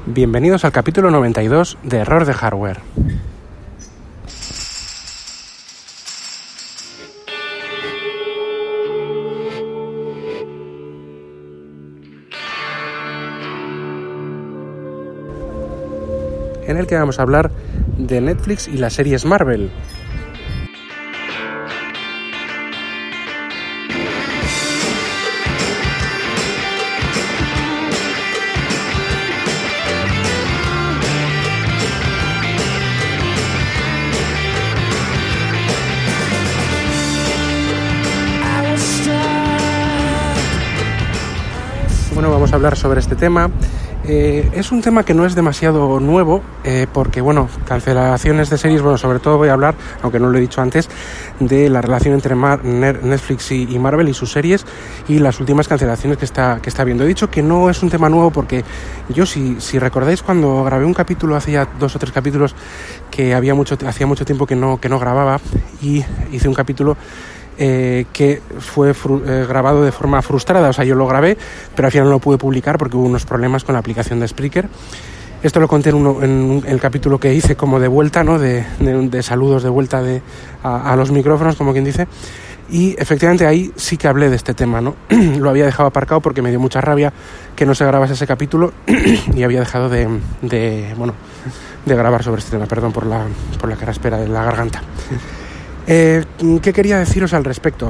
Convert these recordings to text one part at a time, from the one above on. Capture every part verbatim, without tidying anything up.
Bienvenidos al capítulo noventa y dos de Error de Hardware. En el que vamos a hablar de Netflix y las series Marvel. Bueno, vamos a hablar sobre este tema. Eh, es un tema que no es demasiado nuevo, eh, porque, bueno, cancelaciones de series, bueno, sobre todo voy a hablar, aunque no lo he dicho antes, de la relación entre Mar- Netflix y, y Marvel y sus series y las últimas cancelaciones que está, que está habiendo. He dicho que no es un tema nuevo porque yo, si, si recordáis, cuando grabé un capítulo hace ya dos o tres capítulos que había mucho, hacía mucho tiempo que no, que no grababa, y hice un capítulo Eh, que fue fru- eh, grabado de forma frustrada. O sea, yo lo grabé, pero al final no lo pude publicar porque hubo unos problemas con la aplicación de Spreaker. Esto lo conté en, uno, en un, el capítulo que hice como de vuelta, ¿no? De, de, de saludos de vuelta de, a, a los micrófonos, como quien dice. Y efectivamente ahí sí que hablé de este tema, ¿no? Lo había dejado aparcado porque me dio mucha rabia que no se grabase ese capítulo y había dejado de, de, bueno, de grabar sobre este tema. Perdón por la, por la carraspera de la garganta. Eh, ¿Qué quería deciros al respecto?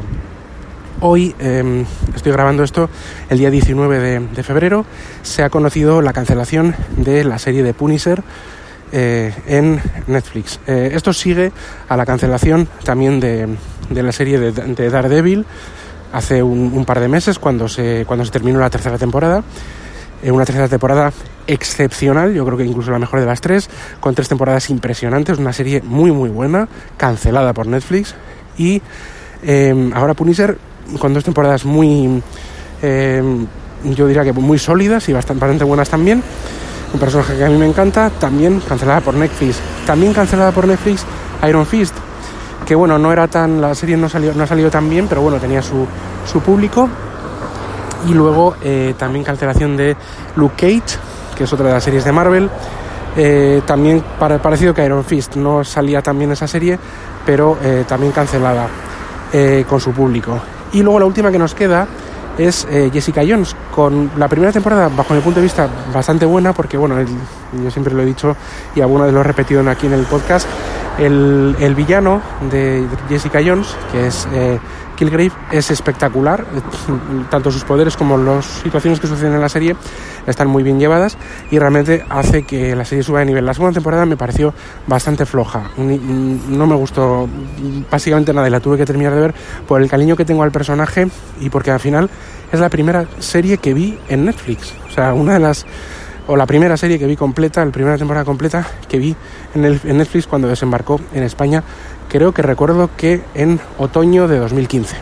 Hoy eh, estoy grabando esto el día diecinueve de, de febrero. Se ha conocido la cancelación de la serie de Punisher eh, en Netflix. Eh, esto sigue a la cancelación también de, de la serie de, de Daredevil hace un, un par de meses, cuando se, cuando se terminó la tercera temporada. Eh, una tercera temporada excepcional, yo creo que incluso la mejor de las tres, con tres temporadas impresionantes, una serie muy muy buena, cancelada por Netflix. Y eh, ahora Punisher, con dos temporadas muy, eh, yo diría que muy sólidas y bastante, bastante buenas también, un personaje que a mí me encanta, también cancelada por Netflix. También cancelada por Netflix Iron Fist, que bueno, no era tan, la serie no salió, no ha salido tan bien, pero bueno, tenía su, su público. Y luego eh, también cancelación de Luke Cage, que es otra de las series de Marvel. Eh, también para, parecido que Iron Fist, no salía tan bien esa serie, pero eh, también cancelada eh, con su público. Y luego la última que nos queda es eh, Jessica Jones, con la primera temporada, bajo mi punto de vista, bastante buena, porque bueno, el, yo siempre lo he dicho y alguna vez lo he repetido aquí en el podcast, el, el villano de Jessica Jones, que es eh, Kilgrave, es espectacular. Tanto sus poderes como las situaciones que suceden en la serie están muy bien llevadas y realmente hace que la serie suba de nivel. La segunda temporada me pareció bastante floja, no me gustó básicamente nada y la tuve que terminar de ver por el cariño que tengo al personaje y porque al final es la primera serie que vi en Netflix, o sea, una de las o la primera serie que vi completa, la primera temporada completa que vi en, el, en Netflix cuando desembarcó en España. Creo que recuerdo que en otoño de dos mil quince.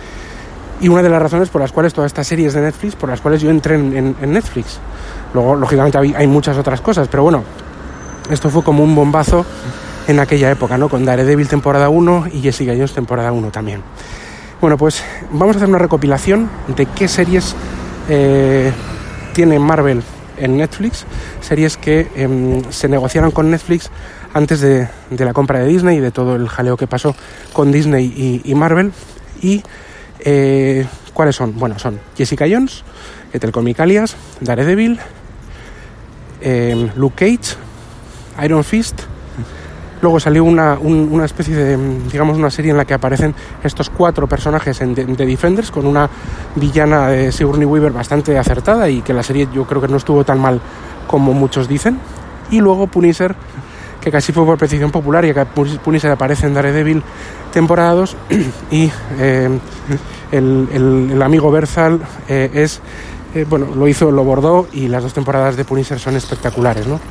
Y una de las razones por las cuales todas estas series de Netflix, por las cuales yo entré en, en, en Netflix. Luego, lógicamente, hay, hay muchas otras cosas, pero bueno, esto fue como un bombazo en aquella época, ¿no? Con Daredevil temporada uno y Jessica Jones temporada uno también. Bueno, pues vamos a hacer una recopilación de qué series eh, tiene Marvel en Netflix, series que eh, se negociaron con Netflix antes de, de la compra de Disney y de todo el jaleo que pasó con Disney y, y Marvel. Y eh, ¿cuáles son? Bueno, son Jessica Jones, el cómic Alias, Daredevil, eh, Luke Cage, Iron Fist. Luego salió una, un, una especie de, digamos, una serie en la que aparecen estos cuatro personajes en The, The Defenders, con una villana de Sigourney Weaver bastante acertada y que la serie yo creo que no estuvo tan mal como muchos dicen. Y luego Punisher, que casi fue por petición popular, y que Punisher aparece en Daredevil temporada dos y eh, el, el, el amigo Bernthal eh, es, eh, bueno, lo hizo, lo bordó, y las dos temporadas de Punisher son espectaculares, ¿no?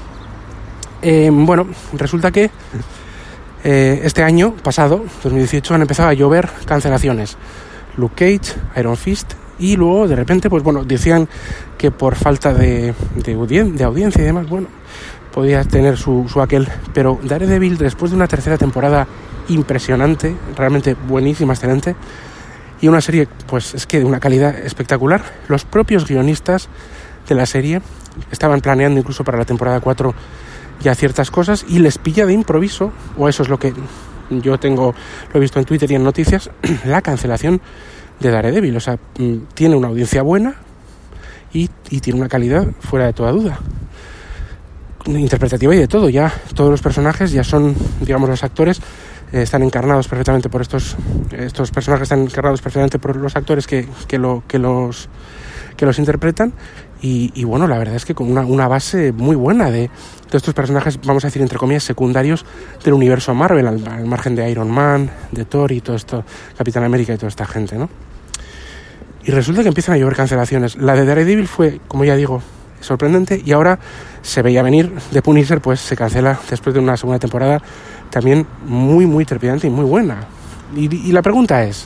Eh, bueno, resulta que eh, este año pasado, dos mil dieciocho, han empezado a llover cancelaciones. Luke Cage, Iron Fist, y luego de repente, pues bueno, decían que por falta de, de, audien- de audiencia y demás, bueno, podía tener su, su aquel, pero Daredevil, después de una tercera temporada impresionante, realmente buenísima, excelente, y una serie, pues es que de una calidad espectacular, los propios guionistas de la serie estaban planeando incluso para la temporada cuatro ya ciertas cosas y les pilla de improviso, o eso es lo que yo tengo, lo he visto en Twitter y en noticias, la cancelación de Daredevil. O sea, tiene una audiencia buena y, y tiene una calidad fuera de toda duda, interpretativa y de todo. Ya todos los personajes ya son, digamos, los actores eh, están encarnados perfectamente por estos estos personajes están encarnados perfectamente por los actores que, que, lo, que los que los interpretan y, y bueno, la verdad es que con una, una base muy buena de, de estos personajes, vamos a decir entre comillas, secundarios del universo Marvel, al, al margen de Iron Man, de Thor y todo esto, Capitán América y toda esta gente, ¿no? Y resulta que empiezan a llover cancelaciones. La de Daredevil fue, como ya digo, sorprendente, y ahora se veía venir. The Punisher pues se cancela después de una segunda temporada también muy muy trepidante y muy buena. Y, y la pregunta es,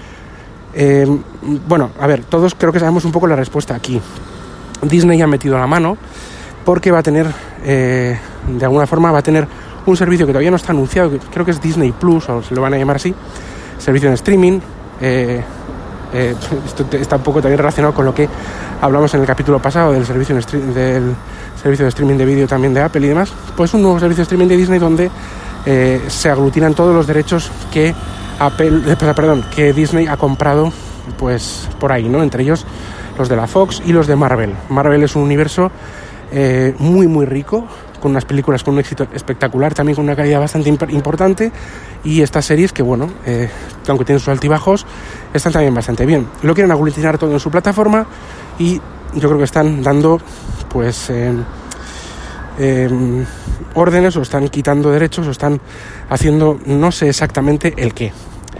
eh, bueno, a ver, todos creo que sabemos un poco la respuesta aquí. Disney ha metido la mano porque va a tener, eh, de alguna forma va a tener un servicio que todavía no está anunciado, que creo que es Disney Plus, o se lo van a llamar así, servicio en streaming. eh, eh, esto está un poco también relacionado con lo que hablamos en el capítulo pasado del servicio, en stream, del servicio de streaming de vídeo también de Apple y demás. Pues un nuevo servicio de streaming de Disney donde eh, se aglutinan todos los derechos que Apple, eh, perdón, que Disney ha comprado pues por ahí, ¿no? Entre ellos los de la Fox y los de Marvel. Marvel es un universo eh, muy muy rico, con unas películas con un éxito espectacular, también con una calidad bastante imp- importante, y estas series que, bueno, eh, aunque tienen sus altibajos, están también bastante bien. Lo quieren aglutinar todo en su plataforma y yo creo que están dando pues eh, eh, órdenes, o están quitando derechos, o están haciendo no sé exactamente el qué.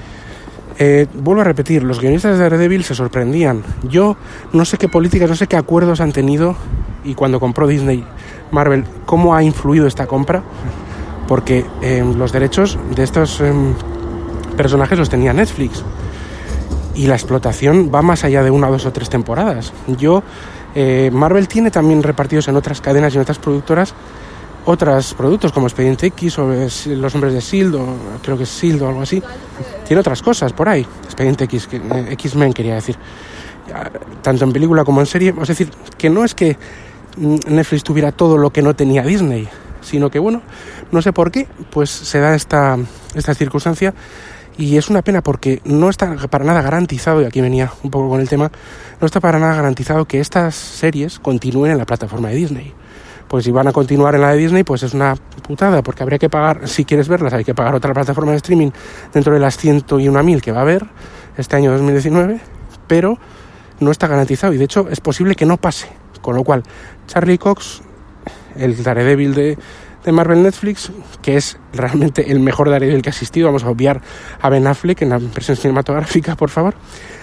Eh, vuelvo a repetir, los guionistas de Daredevil se sorprendían. Yo no sé qué políticas, no sé qué acuerdos han tenido, y cuando compró Disney Marvel, cómo ha influido esta compra, porque eh, los derechos de estos eh, personajes los tenía Netflix, y la explotación va más allá de una, dos o tres temporadas. Yo eh, Marvel tiene también repartidos en otras cadenas y en otras productoras otros productos como Expediente X o Los Hombres de S H I E L D, o creo que es S H I E L D o algo así. Tiene otras cosas por ahí. Expediente X, que, eh, X-Men quería decir, tanto en película como en serie. Es decir, que no es que Netflix tuviera todo lo que no tenía Disney, sino que, bueno, no sé por qué, pues se da esta, esta circunstancia, y es una pena porque no está para nada garantizado, y aquí venía un poco con el tema, no está para nada garantizado que estas series continúen en la plataforma de Disney. Pues si van a continuar en la de Disney, pues es una putada, porque habría que pagar, si quieres verlas, hay que pagar otra plataforma de streaming dentro de las ciento y una mil que va a haber este año dos mil diecinueve, pero no está garantizado, y de hecho es posible que no pase. Con lo cual, Charlie Cox, el Daredevil de, de Marvel Netflix, que es realmente el mejor Daredevil que ha existido, vamos a obviar a Ben Affleck en la versión cinematográfica, por favor,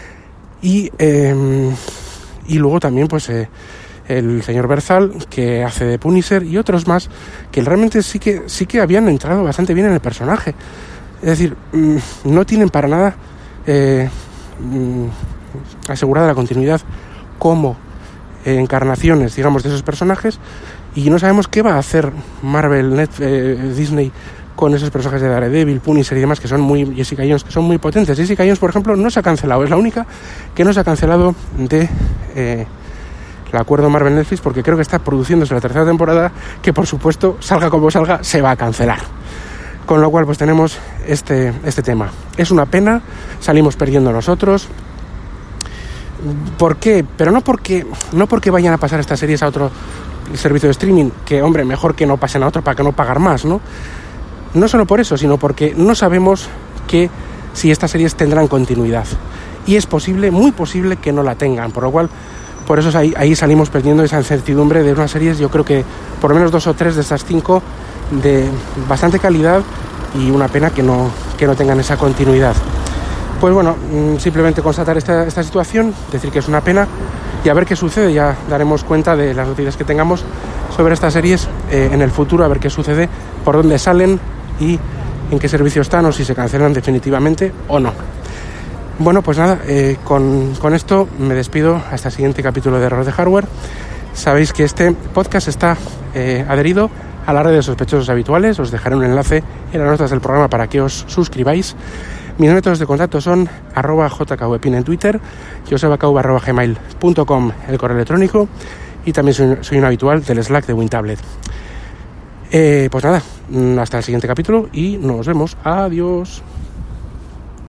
y, eh, y luego también pues eh, el señor Berzal, que hace de Punisher, y otros más que realmente sí que sí que habían entrado bastante bien en el personaje. Es decir, mmm, no tienen para nada eh, mmm, asegurada la continuidad como eh, encarnaciones, digamos, de esos personajes, y no sabemos qué va a hacer Marvel, Net, eh, Disney con esos personajes de Daredevil, Punisher y demás, que son muy, Jessica Jones, que son muy potentes. Jessica Jones, por ejemplo, no se ha cancelado, es la única que no se ha cancelado de eh, el acuerdo Marvel-Netflix, porque creo que está produciéndose la tercera temporada, que por supuesto, salga como salga, se va a cancelar. Con lo cual pues tenemos este, este tema. Es una pena, salimos perdiendo nosotros. ¿Por qué? Pero no porque, no porque vayan a pasar estas series a otro servicio de streaming, que hombre, mejor que no pasen a otro para que no pagar más, ¿no? No solo por eso, sino porque no sabemos que si estas series tendrán continuidad. Y es posible, muy posible, que no la tengan, por lo cual por eso ahí, ahí salimos perdiendo esa incertidumbre de unas series, yo creo que por lo menos dos o tres de estas cinco de bastante calidad, y una pena que no, que no tengan esa continuidad. Pues bueno, simplemente constatar esta, esta situación, decir que es una pena, y a ver qué sucede. Ya daremos cuenta de las noticias que tengamos sobre estas series eh, en el futuro, a ver qué sucede, por dónde salen y en qué servicio están, o si se cancelan definitivamente o no. Bueno, pues nada, eh, con, con esto me despido hasta el siguiente capítulo de Error de Hardware. Sabéis que este podcast está eh, adherido a la red de sospechosos habituales. Os dejaré un enlace en las notas del programa para que os suscribáis. Mis métodos de contacto son arroba jkvpin en Twitter, josebacauba arroba gmail punto com el correo electrónico, y también soy, soy un habitual del Slack de WinTablet. Eh, pues nada, hasta el siguiente capítulo y nos vemos. Adiós.